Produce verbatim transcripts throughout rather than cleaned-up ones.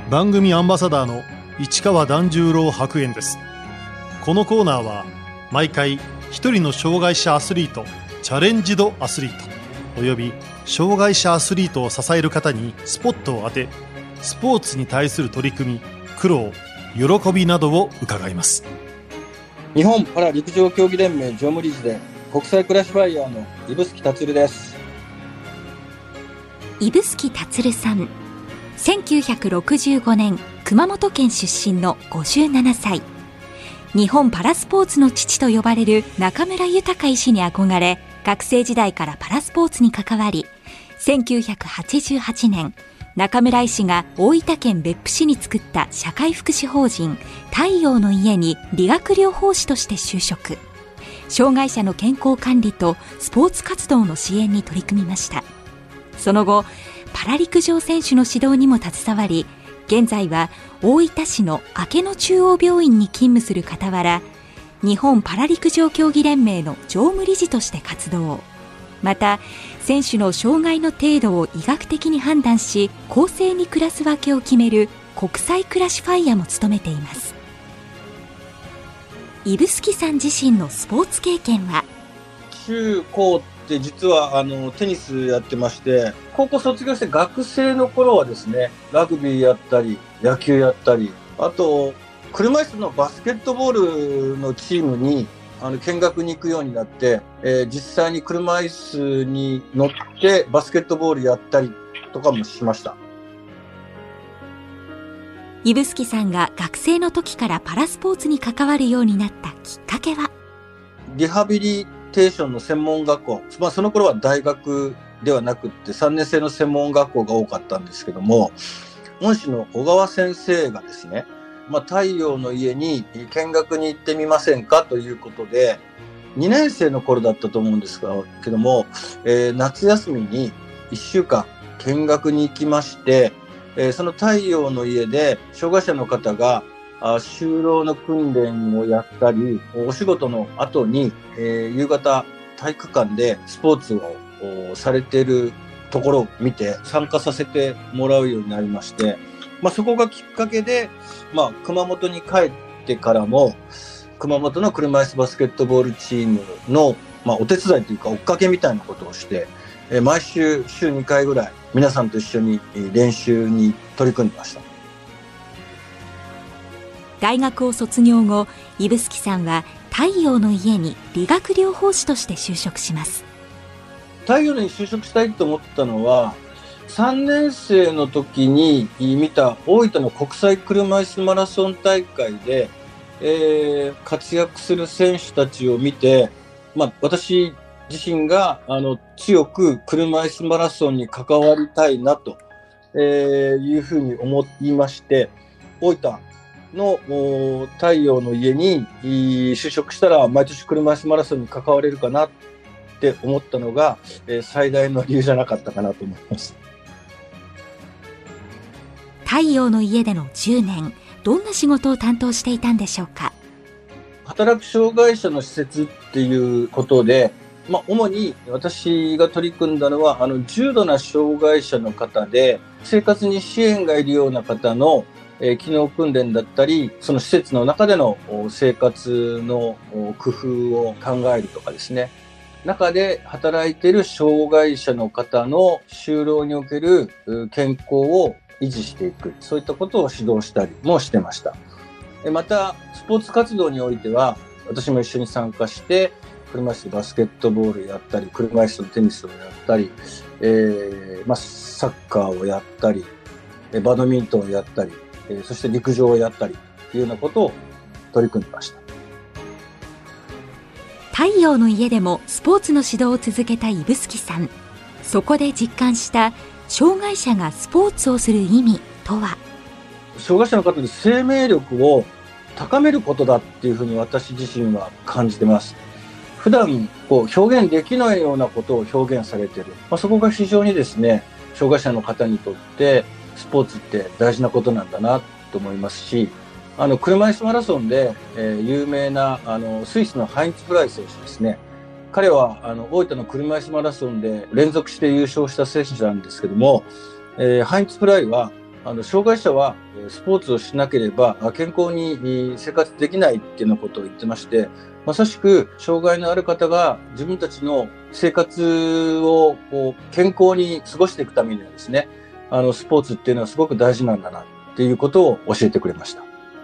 番組アンバサダーの市川團十郎白猿です。このコーナーは毎回一人の障害者アスリート、チャレンジドアスリートおよび障害者アスリートを支える方にスポットを当て、スポーツに対する取り組み、苦労、喜びなどを伺います。 日本パラ陸上競技連盟常務理事で国際クラシファイヤーの指宿達です。 指宿達さん、せんきゅうひゃくろくじゅうごねん熊本県出身のごじゅうななさい。日本パラスポーツの父と呼ばれる中村豊医師に憧れ、学生時代からパラスポーツに関わり、せんきゅうひゃくはちじゅうはちねん中村医師が大分県別府市に作った社会福祉法人太陽の家に理学療法士として就職。障害者の健康管理とスポーツ活動の支援に取り組みました。その後パラ陸上選手の指導にも携わり、現在は大分市の明野中央病院に勤務する傍ら、日本パラ陸上競技連盟の常務理事として活動。また選手の障害の程度を医学的に判断し、公正にクラス分けを決める国際クラシファイヤーも務めています。指宿さん自身のスポーツ経験は？ 中高って実はあのテニスやってまして、高校卒業して学生の頃はですね、ラグビーやったり野球やったり、あと車椅子のバスケットボールのチームにあの見学に行くようになって、えー、実際に車椅子に乗ってバスケットボールやったりとかもしました。 指宿さんが学生の時からパラスポーツに関わるようになったきっかけは？ リハビリテーションの専門学校、まあ、その頃は大学ではなくってさんねん生の専門学校が多かったんですけども、恩師の小川先生がですね、まあ、太陽の家に見学に行ってみませんかということで、にねん生の頃だったと思うんですけども、えー、夏休みにいっしゅうかん見学に行きまして、えー、その太陽の家で障害者の方があ就労の訓練をやったり、お仕事の後に、えー、夕方体育館でスポーツをされているところを見て参加させてもらうようになりまして、まあ、そこがきっかけで、まあ、熊本に帰ってからも熊本の車椅子バスケットボールチームの、まあ、お手伝いというか追っかけみたいなことをして、えー、毎週週にかいぐらい皆さんと一緒に練習に取り組んでました。 大学を卒業後、指宿さんは太陽の家に理学療法士として就職します。 太陽の家に就職したいと思ったのは、さんねん生の時に見た大分の国際車椅子マラソン大会で、えー、活躍する選手たちを見て、まあ、私自身があの強く車椅子マラソンに関わりたいなと、えー、いうふうに思いまして、大分の太陽の家に就職したら毎年車椅子マラソンに関われるかなって思ったのが、えー、最大の理由じゃなかったかなと思います。 太陽の家でのじゅうねん、どんな仕事を担当していたんでしょうか？ 働く障害者の施設っていうことで、まあ、主に私が取り組んだのはあの重度な障害者の方で生活に支援がいるような方のえー、機能訓練だったり、その施設の中での生活の工夫を考えるとかですね、中で働いている障害者の方の就労における健康を維持していく、そういったことを指導したりもしてました。またスポーツ活動においては私も一緒に参加して車椅子バスケットボールやったり、車椅子のテニスをやったり、えーまあ、サッカーをやったり、バドミントンをやったり、そして陸上をやったりというようなことを取り組んでました。 太陽の家でもスポーツの指導を続けた指宿さん。そこで実感した障害者がスポーツをする意味とは？ 障害者の方の生命力を高めることだっていうふうに私自身は感じてます。普段こう表現できないようなことを表現されている、まあ、そこが非常にですね、障害者の方にとってスポーツって大事なことなんだなと思いますし、あの車椅子マラソンで、えー、有名なあのスイスのハインツ・フライ選手ですね。彼はあの大分の車椅子マラソンで連続して優勝した選手なんですけども、えー、ハインツ・フライはあの障害者はスポーツをしなければ健康に生活できないっていうようなことを言ってまして、まさしく障害のある方が自分たちの生活をこう健康に過ごしていくためにはですね、あのスポーツっていうのはすごく大事なんだなっていうことを教えてくれました。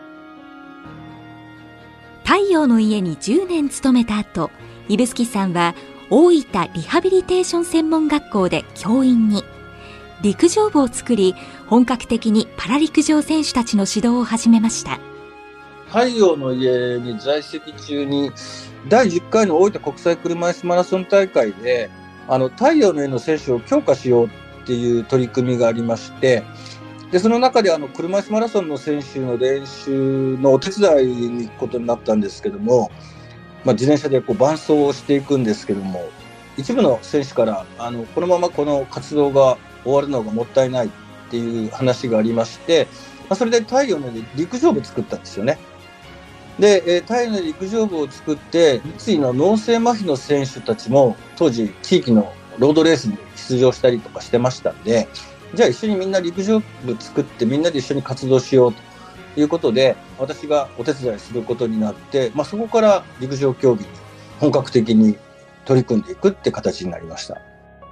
太陽の家にじゅうねん勤めた後、指宿さんは大分リハビリテーション専門学校で教員に、陸上部を作り本格的にパラ陸上選手たちの指導を始めました。 太陽の家に在籍中にだいじゅっかいの大分国際車椅子マラソン大会であの太陽の家の選手を強化しようっていう取り組みがありまして、でその中であの車椅子マラソンの選手の練習のお手伝いに行くことになったんですけども、まあ、自転車でこう伴走をしていくんですけども、一部の選手からあのこのままこの活動が終わるのがもったいないっていう話がありまして、まあ、それで太陽の陸上部作ったんですよね。で、えー、太陽の陸上部を作って三井の脳性麻痺の選手たちも当時地域のロードレースに出場したりとかしてましたんで、じゃあ一緒にみんな陸上部作ってみんなで一緒に活動しようということで私がお手伝いすることになって、まあ、そこから陸上競技に本格的に取り組んでいくって形になりました。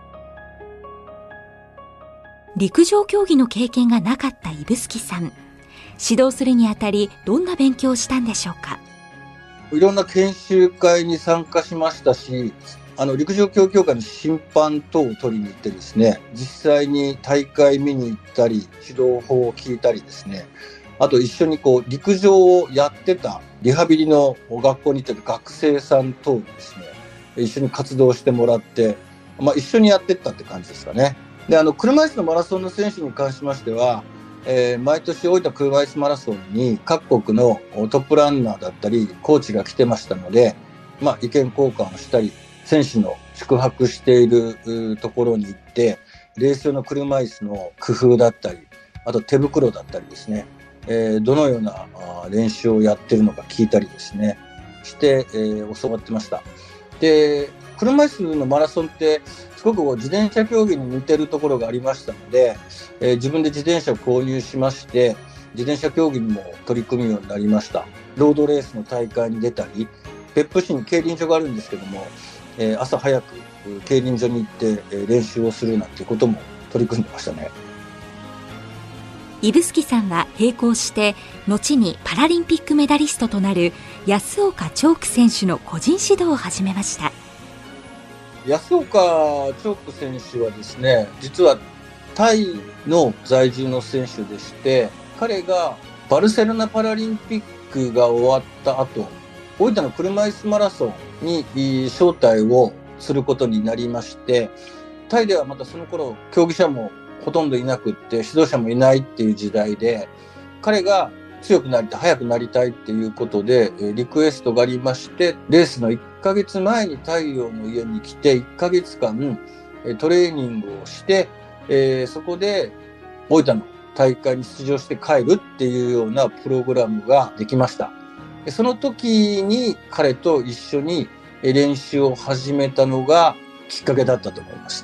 陸上競技の経験がなかった指宿さん、指導するにあたりどんな勉強をしたんでしょうか。 いろんな研修会に参加しましたし、あの陸上競技協会の審判等を取りに行ってですね、実際に大会見に行ったり指導法を聞いたりですね、あと一緒にこう陸上をやってたリハビリの学校に行ってた学生さん等にですね一緒に活動してもらって、まあ、一緒にやってったって感じですかね。であの車椅子のマラソンの選手に関しましては、えー、毎年大分車椅子マラソンに各国のトップランナーだったりコーチが来てましたので、まあ、意見交換をしたり選手の宿泊しているところに行ってレース用の車椅子の工夫だったりあと手袋だったりですね、えー、どのような練習をやってるのか聞いたりですねして、えー、教わってました。で車椅子のマラソンってすごく自転車競技に似てるところがありましたので、えー、自分で自転車を購入しまして自転車競技にも取り組むようになりました。ロードレースの大会に出たり別府市に競輪場があるんですけども、えー、朝早く競輪場に行って、えー、練習をするなんていうことも取り組んでましたね。 指宿さんは並行して後にパラリンピックメダリストとなる安岡チョーク選手の個人指導を始めました。 安岡チョーク選手はですね、実はタイの在住の選手でして、彼がバルセロナパラリンピックが終わった後、大分の車椅子マラソンに招待をすることになりまして、タイではまたその頃競技者もほとんどいなくって指導者もいないっていう時代で、彼が強くなりたい速くなりたいっていうことでリクエストがありまして、レースのいっかげつまえに太陽の家に来ていっかげつかんトレーニングをして、えー、そこで大分の大会に出場して帰るっていうようなプログラムができました。その時に彼と一緒に練習を始めたのがきっかけだったと思います。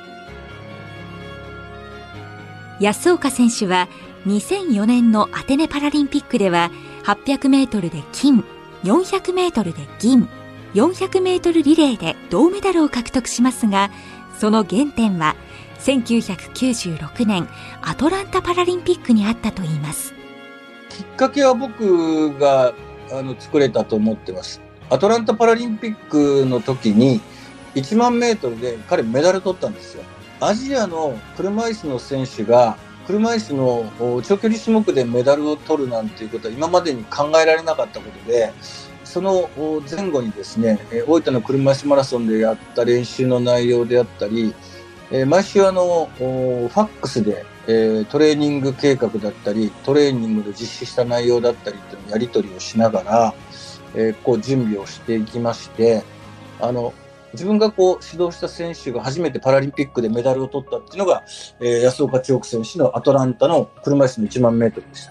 安岡選手はにせんよねんのアテネパラリンピックでははっぴゃくメートルで金、よんひゃくメートルで銀、よんひゃくメートルリレーで銅メダルを獲得しますが、その原点はせんきゅうひゃくきゅうじゅうろくねんアトランタパラリンピックにあったといいます。 きっかけは僕があの作れたと思ってます。アトランタパラリンピックの時にいちまんメートルで彼メダル取ったんですよ。アジアの車椅子の選手が車椅子の長距離種目でメダルを取るなんていうことは今までに考えられなかったことで、その前後にですね、大分の車椅子マラソンでやった練習の内容であったり、毎週あのファックスでトレーニング計画だったりトレーニングで実施した内容だったりっていうのをやり取りをしながら、こう準備をしていきまして、あの自分がこう指導した選手が初めてパラリンピックでメダルを取ったっていうのが、えー、安岡千代選手のアトランタの車椅子のいちまんメートルでした。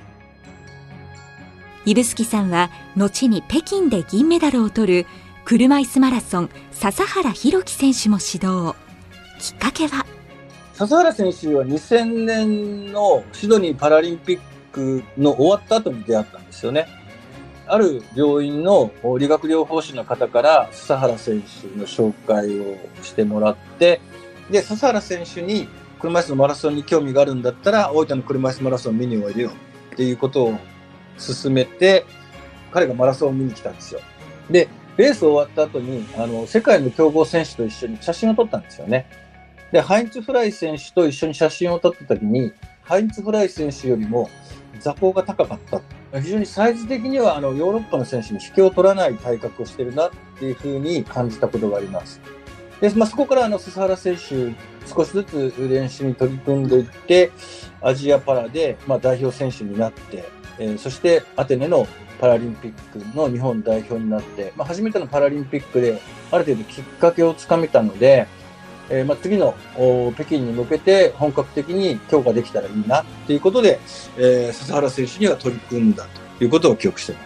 指宿さんは後に北京で銀メダルを取る車椅子マラソン笹原宏樹選手も指導。きっかけは笹原選手はにせんねんのシドニーパラリンピックの終わった後に出会ったんですよね。ある病院の理学療法士の方から笹原選手の紹介をしてもらって、で、笹原選手に車椅子のマラソンに興味があるんだったら、大分の車椅子マラソン見においでよっていうことを勧めて、彼がマラソンを見に来たんですよ。で、レース終わった後に、あの、世界の強豪選手と一緒に写真を撮ったんですよね。で、ハインツ・フライ選手と一緒に写真を撮った時に、ハインツ・フライ選手よりも座高が高かった。非常にサイズ的にはあのヨーロッパの選手に引けを取らない体格をしてるなっていうふうに感じたことがあります。で、まあ、そこからあの笹原選手、少しずつ練習に取り組んでいって、アジアパラでまあ代表選手になって、えー、そしてアテネのパラリンピックの日本代表になって、まあ、初めてのパラリンピックである程度きっかけをつかめたので、えー、まあ次の北京に向けて本格的に強化できたらいいなっていうことで、えー、笹原選手には取り組んだということを記憶しています。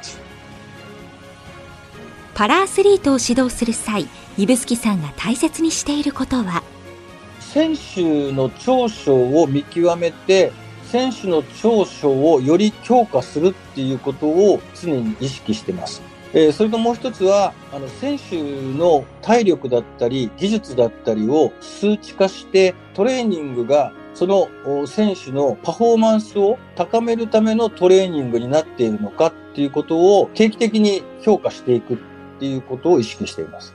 パラアスリートを指導する際、指宿さんが大切にしていることは、 選手の長所を見極めて、選手の長所をより強化するっていうことを常に意識しています。えー、それともう一つは、あの、選手の体力だったり、技術だったりを数値化して、トレーニングが、その選手のパフォーマンスを高めるためのトレーニングになっているのかっていうことを定期的に評価していくっていうことを意識しています。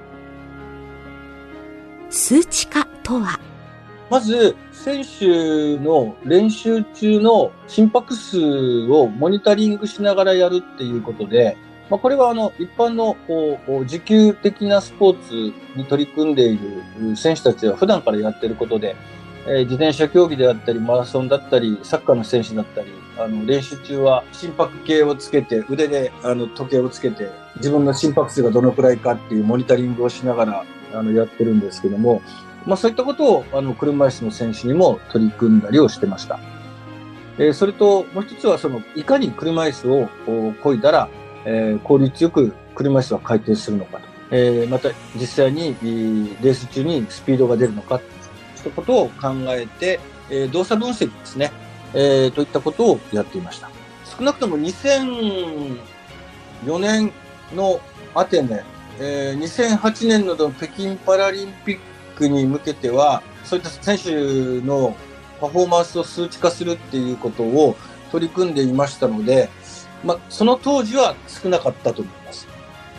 数値化とは、 まず、選手の練習中の心拍数をモニタリングしながらやるっていうことで、まあ、これはあの一般のこう持久的なスポーツに取り組んでいる選手たちは普段からやっていることで、えー、自転車競技であったりマラソンだったりサッカーの選手だったり、あの練習中は心拍計をつけて腕であの時計をつけて自分の心拍数がどのくらいかっていうモニタリングをしながらあのやってるんですけども、まあ、そういったことをあの車椅子の選手にも取り組んだりをしてました。えー、それともう一つはそのいかに車椅子を漕いだらえー、効率よく車椅子は回転するのかと、えー、また実際にレース中にスピードが出るのかということを考えて、えー、動作分析ですね、えー、といったことをやっていました。少なくともにせんよねんのアテネ、えー、にせんはちねんの北京パラリンピックに向けてはそういった選手のパフォーマンスを数値化するっていうことを取り組んでいましたので、まあ、その当時は少なかったと思います。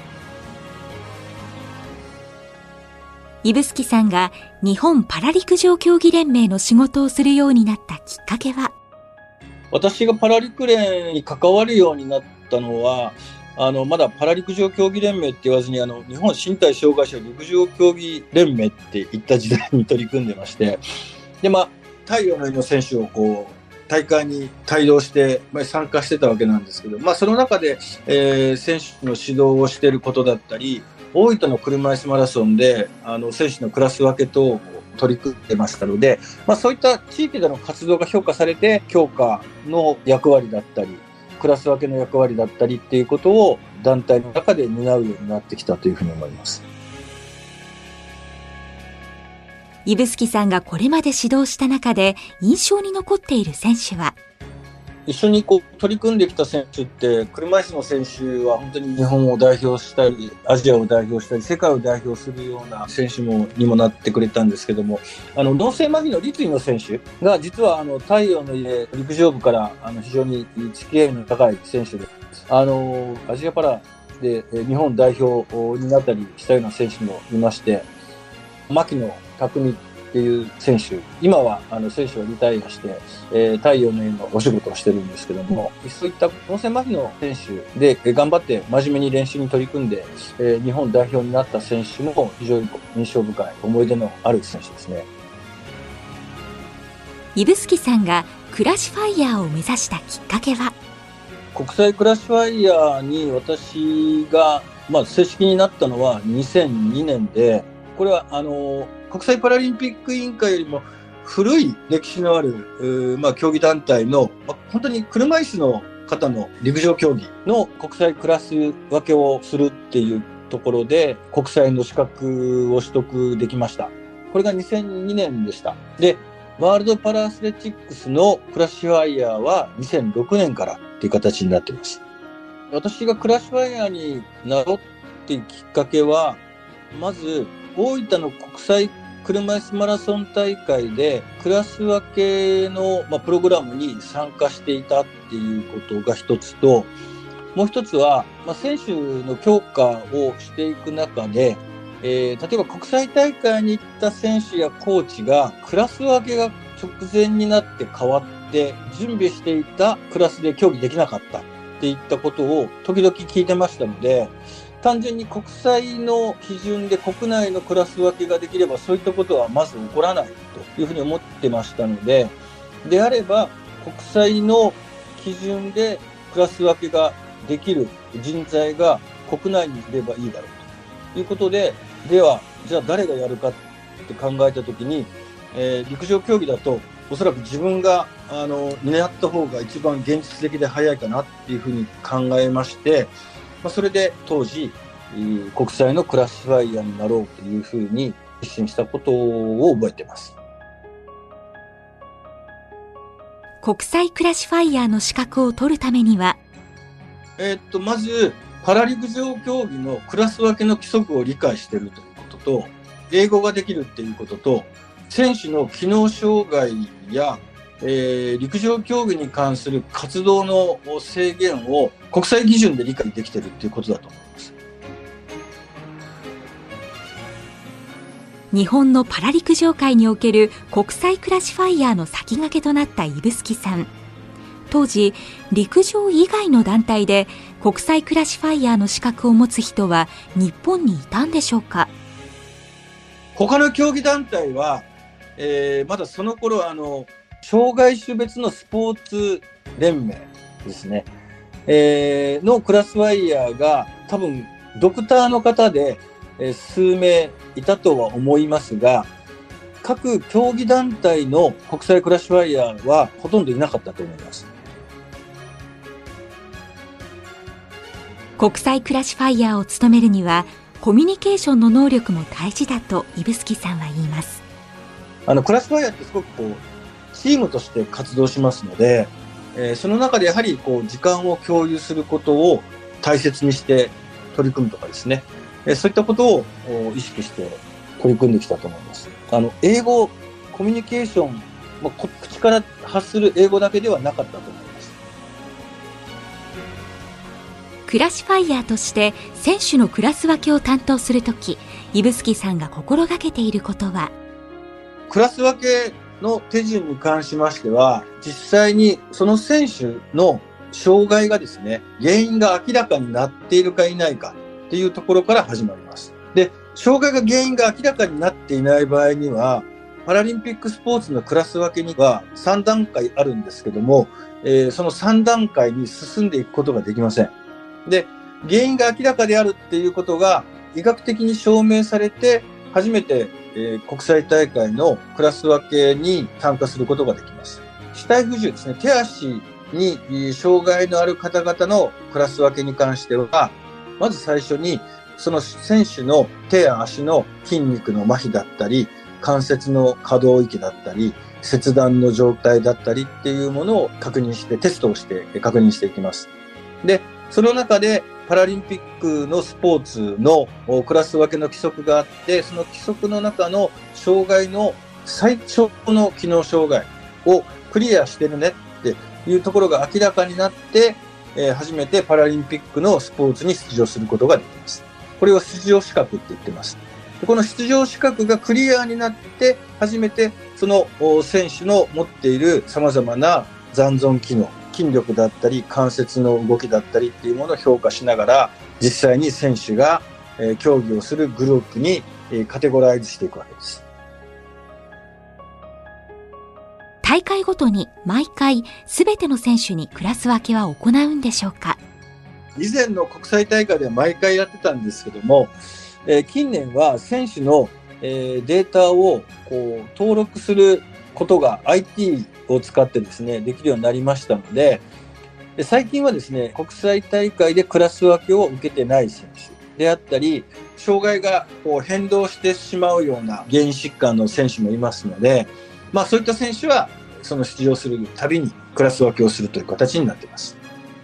指宿さんが日本パラ陸上競技連盟の仕事をするようになったきっかけは、 私がパラ陸連に関わるようになったのは、あのまだパラ陸上競技連盟って言わずにあの日本身体障害者陸上競技連盟っていった時代に取り組んでまして、でまあ太陽の上の選手をこう大会に帯同して参加してたわけなんですけど、まあ、その中で、えー、選手の指導をしていることだったり、大分の車椅子マラソンであの選手のクラス分け等を取り組んでましたので、まあ、そういった地域での活動が評価されて、強化の役割だったり、クラス分けの役割だったりっていうことを団体の中で担うようになってきたというふうに思います。 指宿さんがこれまで指導した中で印象に残っている選手は、 一緒にこう取り組んできた選手って、車椅子の選手は本当に日本を代表したり、アジアを代表したり、世界を代表するような選手もにもなってくれたんですけども、あの脳性麻痺の立位の選手が実はあの太陽の家陸上部からあの非常に付き合いの高い選手で、あのアジアパラで日本代表になったりしたような選手もいまして、牧野匠っていう選手、今はあの選手はリタイアして、えー、太陽の家のお仕事をしてるんですけども、そういった脳性麻痺の選手で頑張って真面目に練習に取り組んで、えー、日本代表になった選手も非常に印象深い思い出のある選手ですね。 指宿さんがクラッシュファイヤーを目指したきっかけは、 国際クラッシュファイヤーに私が、まあ、正式になったのはにせんにねんで、これはあの国際パラリンピック委員会よりも古い歴史のある、まあ、競技団体の、まあ、本当に車椅子の方の陸上競技の国際クラス分けをするっていうところで国際の資格を取得できました。 これがにせんにねんでした。で、ワールドパラアスレチックスのクラッシュファイヤーはにせんろくねんからっていう形になっています。私がクラッシュファイヤーになろうっていうきっかけは、まず大分の国際車椅子マラソン大会でクラス分けの、まあ、プログラムに参加していたっていうことが一つと、もう一つは、まあ、選手の強化をしていく中で、えー、例えば国際大会に行った選手やコーチがクラス分けが直前になって変わって準備していたクラスで競技できなかったっていったことを時々聞いてましたので、単純に国際の基準で国内のクラス分けができればそういったことはまず起こらないというふうに思ってましたので、であれば国際の基準でクラス分けができる人材が国内にいればいいだろうということで、ではじゃあ誰がやるかって考えたときに、えー、陸上競技だとおそらく自分があの担った方が一番現実的で早いかなっていうふうに考えまして、まあ、それで当時国際のクラッシュファイヤーになろうというふうに決心したことを覚えています。 国際クラッシュファイヤーの資格を取るためには、 えー、っとまずパラ陸上競技のクラス分けの規則を理解しているということと、英語ができるっていうことと、選手の機能障害や、えー、陸上競技に関する活動の制限を国際基準で理解できているっていうことだと思います。 日本のパラ陸上界における国際クラッシュファイヤーの先駆けとなった指宿さん。当時、陸上以外の団体で国際クラッシュファイヤーの資格を持つ人は日本にいたんでしょうか。 他の競技団体は、えー、まだその頃あの障害種別のスポーツ連盟ですね、えー、のクラスファイヤーが多分ドクターの方で、えー、数名いたとは思いますが、各競技団体の国際クラッシュファイヤーはほとんどいなかったと思います。 国際クラッシュファイヤーを務めるにはコミュニケーションの能力も大事だと指宿さんは言います。 あのクラッシュファイヤーってすごくこうチームとして活動しますので、えー、その中でやはりこう時間を共有することを大切にして取り組むとかですね、えー、そういったことを意識して取り組んできたと思います。あの英語コミュニケーション、まあ、口から発する英語だけではなかったと思います。 クラッシュファイヤーとして選手のクラス分けを担当するとき、指宿さんが心がけていることは、 クラス分けの手順に関しましては、実際にその選手の障害がですね、原因が明らかになっているかいないかっていうところから始まります。で、障害が原因が明らかになっていない場合には、パラリンピックスポーツのクラス分けにはさん段階あるんですけども、えー、そのさん段階に進んでいくことができません。で、原因が明らかであるっていうことが医学的に証明されて、初めて、えー、国際大会のクラス分けに参加することができます。肢体不自由ですね。手足に障害のある方々のクラス分けに関しては、まず最初にその選手の手や足の筋肉の麻痺だったり、関節の可動域だったり、切断の状態だったりっていうものを確認して、テストをして確認していきます。で、その中でパラリンピックのスポーツのクラス分けの規則があって、その規則の中の障害の最長の機能障害をクリアしてるねっていうところが明らかになって、えー、初めてパラリンピックのスポーツに出場することができます。これを出場資格って言ってます。でこの出場資格がクリアになって、初めてその選手の持っている様々な残存機能、筋力だったり関節の動きだったりっていうものを評価しながら、実際に選手が、えー、競技をするグループに、えー、カテゴライズしていくわけです。 大会ごとに毎回すべての選手にクラス分けは行うんでしょうか。 以前の国際大会では毎回やってたんですけども、えー、近年は選手の、えー、データをこう登録することが アイティー を使ってですね、できるようになりましたので、で最近はですね、国際大会でクラス分けを受けてない選手、 であったり、障害がこう変動してしまうような原因疾患の選手もいますので、まあ、そういった選手はその出場するたびにクラス分けをするという形になっています。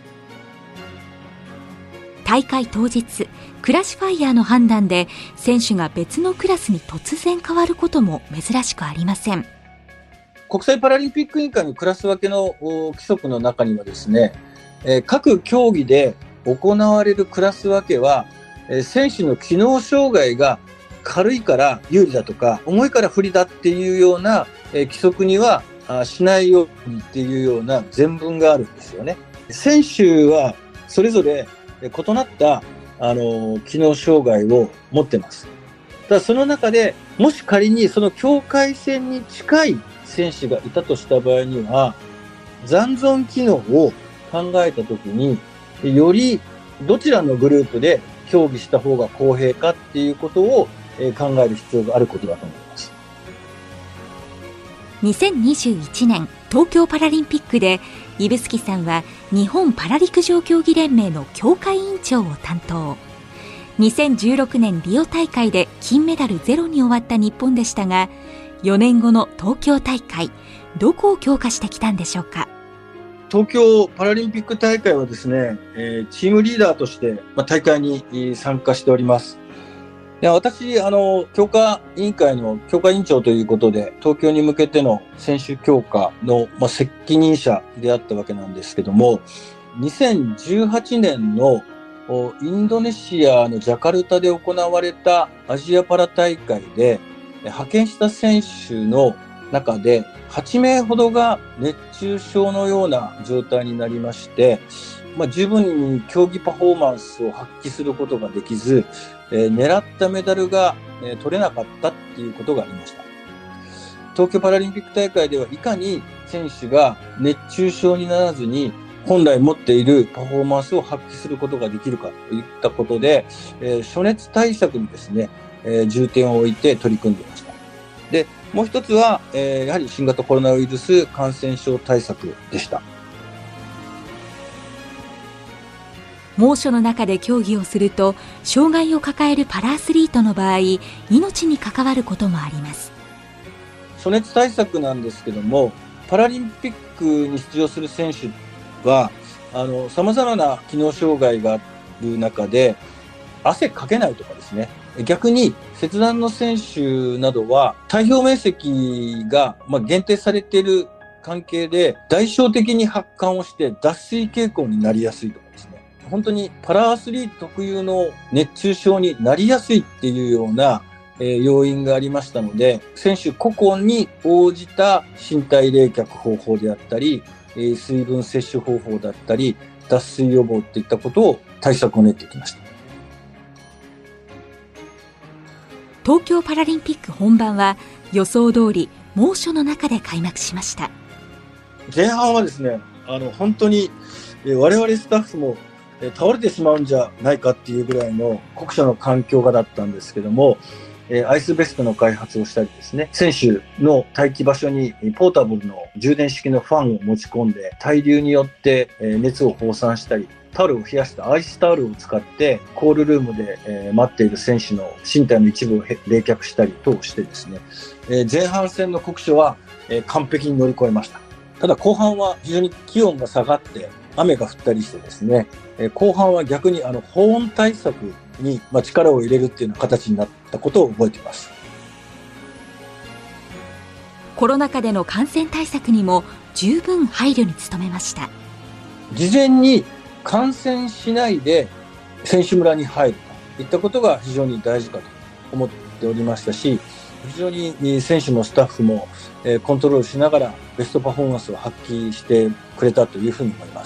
大会当日、クラシファイヤーの判断で選手が別のクラスに突然変わることも珍しくありません。 国際パラリンピック委員会のクラス分けの規則の中にはですね、各競技で行われるクラス分けは、選手の機能障害が軽いから有利だとか、重いから不利だっていうような規則にはしないようにっていうような前文があるんですよね。選手はそれぞれ異なったあの機能障害を持ってます。ただその中でもし仮にその境界線に近い選手がいたとした場合には、残存機能を考えたときに、よりどちらのグループで競技した方が公平かっていうことを考える必要があることだと思います。 にせんにじゅういちねん東京パラリンピックで指宿さんは日本パラ陸上競技連盟の協会委員長を担当。にせんじゅうろくねんリオ大会で金メダルゼロに終わった日本でしたが、よねんごの東京大会、どこを強化してきたんでしょうか。 東京パラリンピック大会はですね、えー、チームリーダーとして、まあ、大会に参加しております。で、私、あの、強化委員会の強化委員長ということで、東京に向けての選手強化の、まあ、責任者であったわけなんですけども、にせんじゅうはちねんのインドネシアのジャカルタで行われたアジアパラ大会で、派遣した選手の中ではちめいほどが熱中症のような状態になりまして、まあ、十分に競技パフォーマンスを発揮することができず、えー、狙ったメダルが、えー、取れなかったっていうことがありました。東京パラリンピック大会ではいかに選手が熱中症にならずに本来持っているパフォーマンスを発揮することができるかといったことで、えー、暑熱対策にですね、えー、重点を置いて取り組んでいました。で、もう一つは、えー、やはり新型コロナウイルス感染症対策でした。 猛暑の中で競技をすると、障害を抱えるパラアスリートの場合、命に関わることもあります。 暑熱対策なんですけども、パラリンピックに出場する選手は、あの、様々な機能障害がある中で、汗かけないとかですね。逆に、切断の選手などは、体表面積が、まあ、限定されている関係で、代償的に発汗をして脱水傾向になりやすいとかですね。本当にパラアスリート特有の熱中症になりやすいっていうような、えー、要因がありましたので、選手個々に応じた身体冷却方法であったり、えー、水分摂取方法だったり、脱水予防っていったことを対策を練ってきました。 東京パラリンピック本番は予想通り猛暑の中で開幕しました。 前半はですね、あの本当に、えー、我々スタッフも倒れてしまうんじゃないかっていうぐらいの酷暑の環境下だったんですけども、アイスベストの開発をしたりですね、選手の待機場所にポータブルの充電式のファンを持ち込んで、対流によって熱を放散したり、タオルを冷やしたアイスタオルを使ってコールルームで待っている選手の身体の一部を冷却したり等してですね、前半戦の酷暑は完璧に乗り越えました。ただ後半は非常に気温が下がって雨が降ったりしてですね、後半は逆にあの保温対策に力を入れるっていうような形になったことを覚えています。 コロナ禍での感染対策にも十分配慮に努めました。 事前に感染しないで選手村に入るといったことが非常に大事かと思っておりましたし、非常に選手もスタッフもコントロールしながらベストパフォーマンスを発揮してくれたというふうに思います。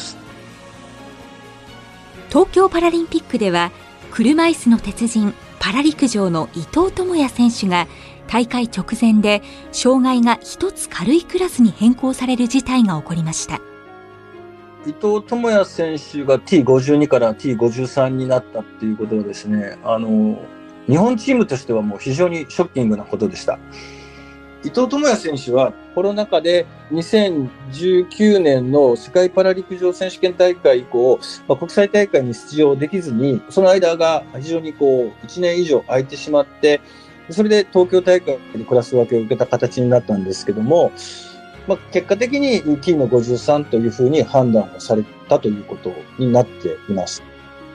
東京パラリンピックでは車椅子の鉄人パラ陸上の伊藤智也選手が大会直前で障害が一つ軽いクラスに変更される事態が起こりました。 伊藤智也選手が ティーごじゅうに から ティーごじゅうさん になったっていうことはですね、あの日本チームとしてはもう非常にショッキングなことでした。 伊藤智也選手はコロナ禍でにせんじゅうきゅうねんの世界パラ陸上選手権大会以降、まあ、国際大会に出場できずに、その間が非常にこういちねん以上空いてしまって、それで東京大会でクラス分けを受けた形になったんですけども、まあ、結果的に T のごじゅうさんというふうに判断をされたということになっています。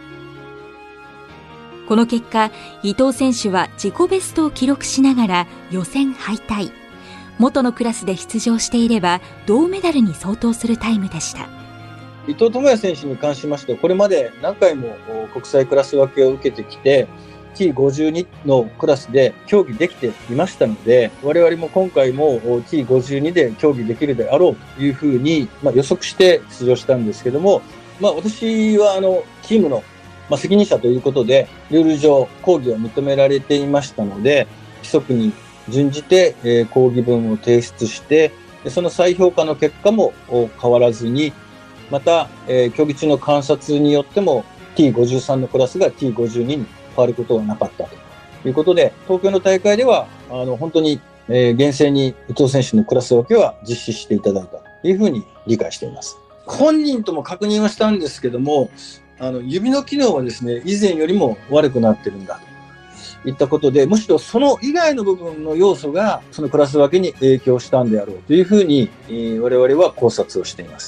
この結果、伊藤選手は自己ベストを記録しながら予選敗退。元のクラスで出場していれば銅メダルに相当するタイムでした。 伊藤智也選手に関しましては、これまで何回も国際クラス分けを受けてきて、ティーごじゅうに のクラスで競技できていましたので、我々も今回も ティーごじゅうに で競技できるであろうというふうに、まあ、予測して出場したんですけども、まあ、私はあのチームのまあ、責任者ということで、ルール上、抗議を認められていましたので、規則に準じて、えー、抗議文を提出して、その再評価の結果も変わらずに、また、えー、競技中の観察によっても ティーごじゅうさん のクラスが ティーごじゅうに に変わることはなかったということで、東京の大会では、あの、本当に、えー、厳正に伊藤選手のクラス分けは実施していただいたというふうに理解しています。本人とも確認はしたんですけども、あの指の機能はですね、以前よりも悪くなってるんだといったことで、むしろその以外の部分の要素がそのクラス分けに影響したんであろうというふうに、えー、我々は考察をしています。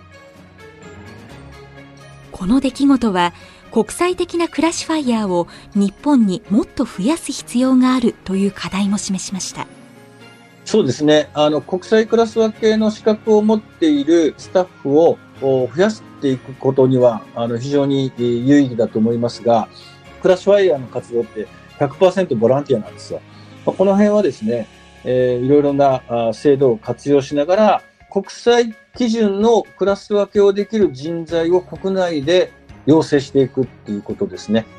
この出来事は国際的なクラシファイヤーを日本にもっと増やす必要があるという課題も示しました。 そうですね。あの国際クラス分けの資格を持っているスタッフを増やしていくことにはあの非常に有意義だと思いますが、クラッシュファイヤーの活動って ひゃくパーセント ボランティアなんですよ。この辺はですね、えー、いろいろな制度を活用しながら国際基準のクラス分けをできる人材を国内で養成していくっていうことですね。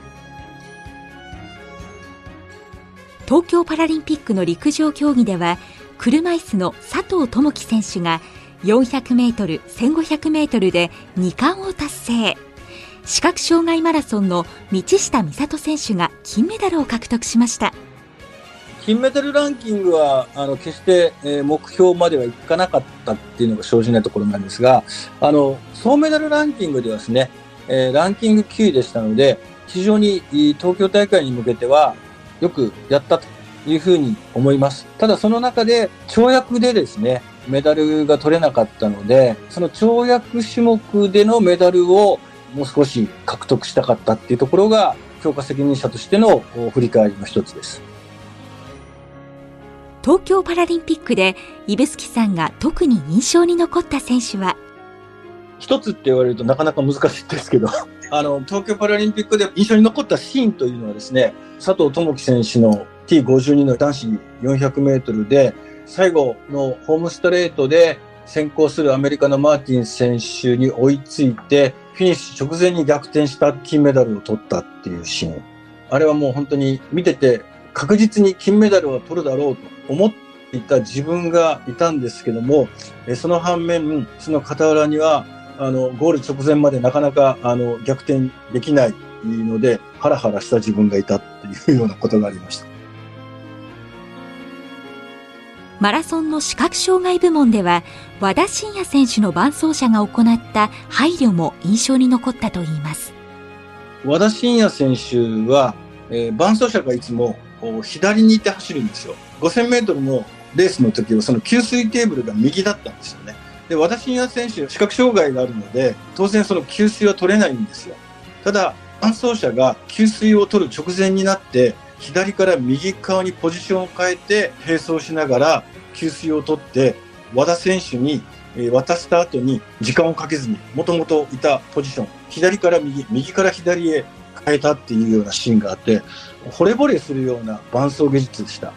東京パラリンピックの陸上競技では車椅子の佐藤友祈選手がよんひゃくメートル、せんごひゃくメートルでに冠を達成。視覚障害マラソンの道下美里選手が金メダルを獲得しました。 金メダルランキングはあの決して、えー、目標まではいかなかったっていうのが正直なところなんですが、あの総メダルランキングではですね、えー、ランキングきゅういでしたので、非常に東京大会に向けてはよくやったというふうに思います。ただその中で跳躍でですね、メダルが取れなかったので、その跳躍種目でのメダルをもう少し獲得したかったっていうところが強化責任者としての振り返りの一つです。 東京パラリンピックで指宿さんが特に印象に残った選手は？ 一つって言われるとなかなか難しいですけどあの東京パラリンピックで印象に残ったシーンというのはですね、佐藤友祈選手の ティーごじゅうに の男子よんひゃくメートルで最後のホームストレートで先行するアメリカのマーティン選手に追いついてフィニッシュ直前に逆転した金メダルを取ったっていうシーン。あれはもう本当に見てて確実に金メダルを取るだろうと思っていた自分がいたんですけども、その反面その傍らにはあのゴール直前までなかなかあの逆転できないのでハラハラした自分がいたっていうようなことがありました。 マラソンの視覚障害部門では和田伸也選手の伴走者が行った配慮も印象に残ったといいます。 和田伸也選手は、えー、伴走者がいつも左にいて走るんですよ。ごせんメートルのレースの時はその給水テーブルが右だったんですよね。で和田伸也選手視覚障害があるので当然その給水は取れないんですよ。ただ伴走者が給水を取る直前になって左から右側にポジションを変えて並走しながら給水を取って和田選手に渡した後に時間をかけずにもともといたポジション左から右右から左へ変えたっていうようなシーンがあって惚れ惚れするような伴走技術でした。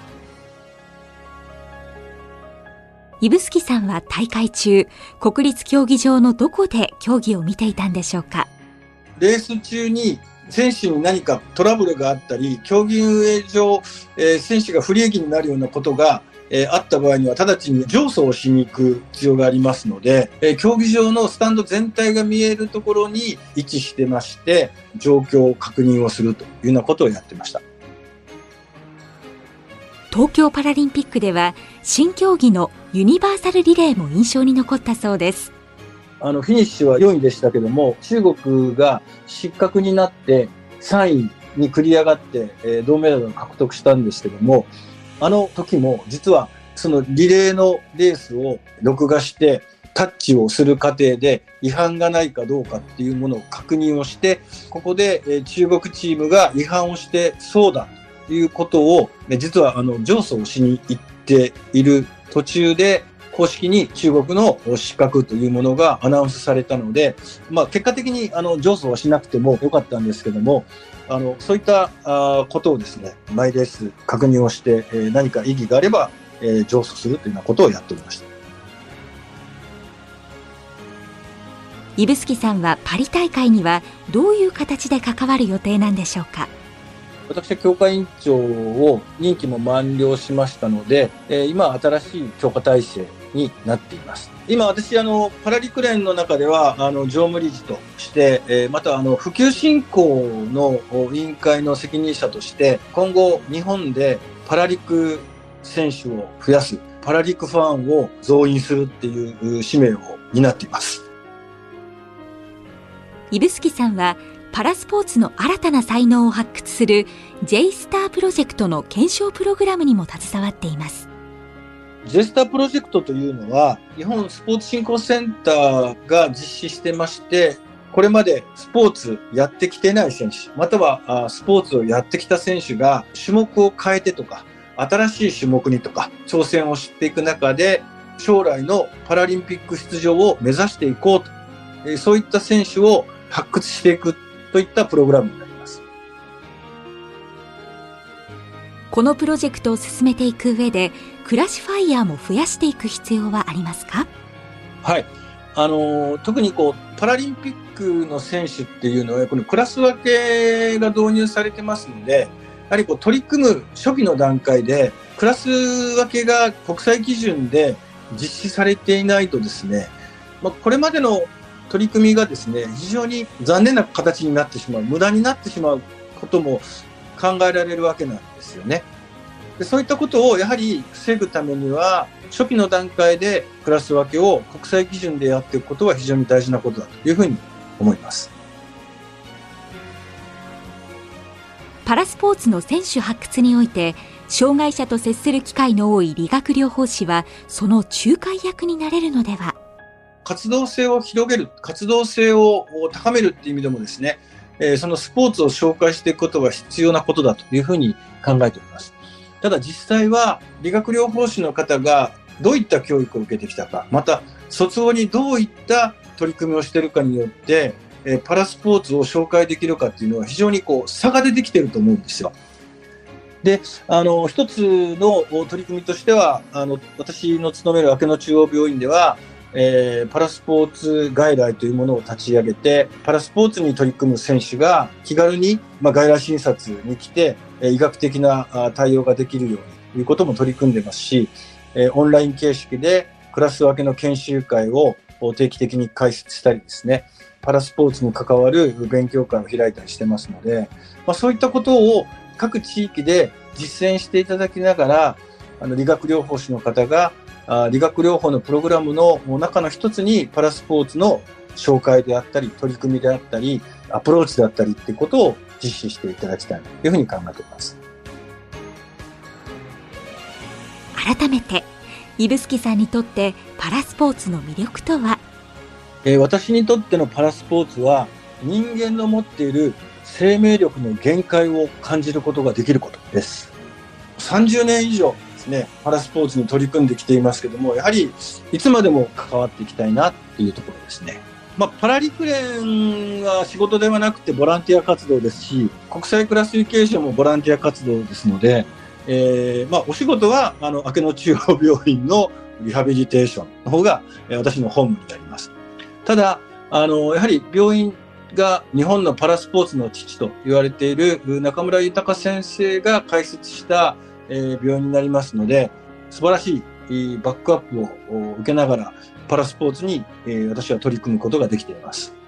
指宿さんは大会中国立競技場のどこで競技を見ていたんでしょうか？ レース中に選手に何かトラブルがあったり競技運営上、えー、選手が不利益になるようなことが、えー、あった場合には直ちに上走をしに行く必要がありますので、えー、競技場のスタンド全体が見えるところに位置してまして状況を確認をするというようなことをやってました。 東京パラリンピックでは新競技のユニバーサルリレーも印象に残ったそうです。 あのフィニッシュはよんいでしたけども、中国が失格になってさんいに繰り上がって、えー、銅メダルを獲得したんですけども、あの時も実はそのリレーのレースを録画してタッチをする過程で違反がないかどうかっていうものを確認をして、ここで、えー、中国チームが違反をしてそうだということを、ね、実はあの上訴をしに行っている途中で公式に中国の失格というものがアナウンスされたので、まあ、結果的にあの上訴はしなくてもよかったんですけども、あのそういったあことをですね、毎レース確認をして、えー、何か異議があれば、えー、上訴するというようなことをやっておりました。 指宿さんはパリ大会にはどういう形で関わる予定なんでしょうか。 私は強化委員長を任期も満了しましたので、えー、今新しい強化体制になっています。今私あのパラ陸連の中ではあの常務理事として、えー、またあの普及振興の委員会の責任者として今後日本でパラ陸選手を増やす、パラ陸ファンを増員するっていう使命を担っています。 指宿さんはパラスポーツの新たな才能を発掘する ジェイスター プロジェクトの検証プログラムにも携わっています。 ジェイスター プロジェクトというのは日本スポーツ振興センターが実施してまして、これまでスポーツやってきてない選手、またはスポーツをやってきた選手が種目を変えてとか新しい種目にとか挑戦をしていく中で将来のパラリンピック出場を目指していこうと、そういった選手を発掘していくといったプログラムになります。 このプロジェクトを進めていく上でクラシファイヤーも増やしていく必要はありますか？ はい。あの、特にこう、パラリンピックの選手っていうのは、このクラス分けが導入されてますので、やはりこう取り組む初期の段階で、クラス分けが国際基準で実施されていないとですね、まあ、これまでの取り組みがですね、非常に残念な形になってしまう、無駄になってしまうことも考えられるわけなんですよね。でそういったことをやはり防ぐためには、初期の段階でクラス分けを国際基準でやっていくことは非常に大事なことだというふうに思います。 パラスポーツの選手発掘において、障害者と接する機会の多い理学療法士は、その仲介役になれるのでは。 活動性を広げる、活動性を高めるっていう意味でもですね、えー、そのスポーツを紹介していくことが必要なことだというふうに考えております。ただ実際は理学療法士の方がどういった教育を受けてきたか、また卒業にどういった取り組みをしているかによって、えー、パラスポーツを紹介できるかっていうのは非常にこう差が出てきていると思うんですよ。で、あの、一つの取り組みとしては、あの、私の勤める明野中央病院では、えー、パラスポーツ外来というものを立ち上げて、パラスポーツに取り組む選手が気軽に、まあ、外来診察に来て、医学的な対応ができるようにということも取り組んでますし、オンライン形式でクラス分けの研修会を定期的に開設したりですね、パラスポーツに関わる勉強会を開いたりしてますので、まあ、そういったことを各地域で実践していただきながら、あの理学療法士の方が理学療法のプログラムの中の一つにパラスポーツの紹介であったり、取り組みであったり、アプローチであったりっていうことを実施していただきたいというふうに考えています。 改めて、指宿さんにとってパラスポーツの魅力とは？ えー、私にとってのパラスポーツは、人間の持っている生命力の限界を感じることができることです。さんじゅうねん以上ですね、パラスポーツに取り組んできていますけども、やはりいつまでも関わっていきたいなっていうところですね。まあ、パラ陸連は仕事ではなくてボランティア活動ですし、国際クラシフィケーションもボランティア活動ですので、えー、まあ、お仕事は、あの、明野中央病院のリハビリテーションの方が、えー、私の本務になります。ただ、あの、やはり病院が日本のパラスポーツの父と言われている中村豊先生が開設した、えー、病院になりますので、素晴らしいバックアップを受けながら、パラスポーツに、えー、私は取り組むことができています。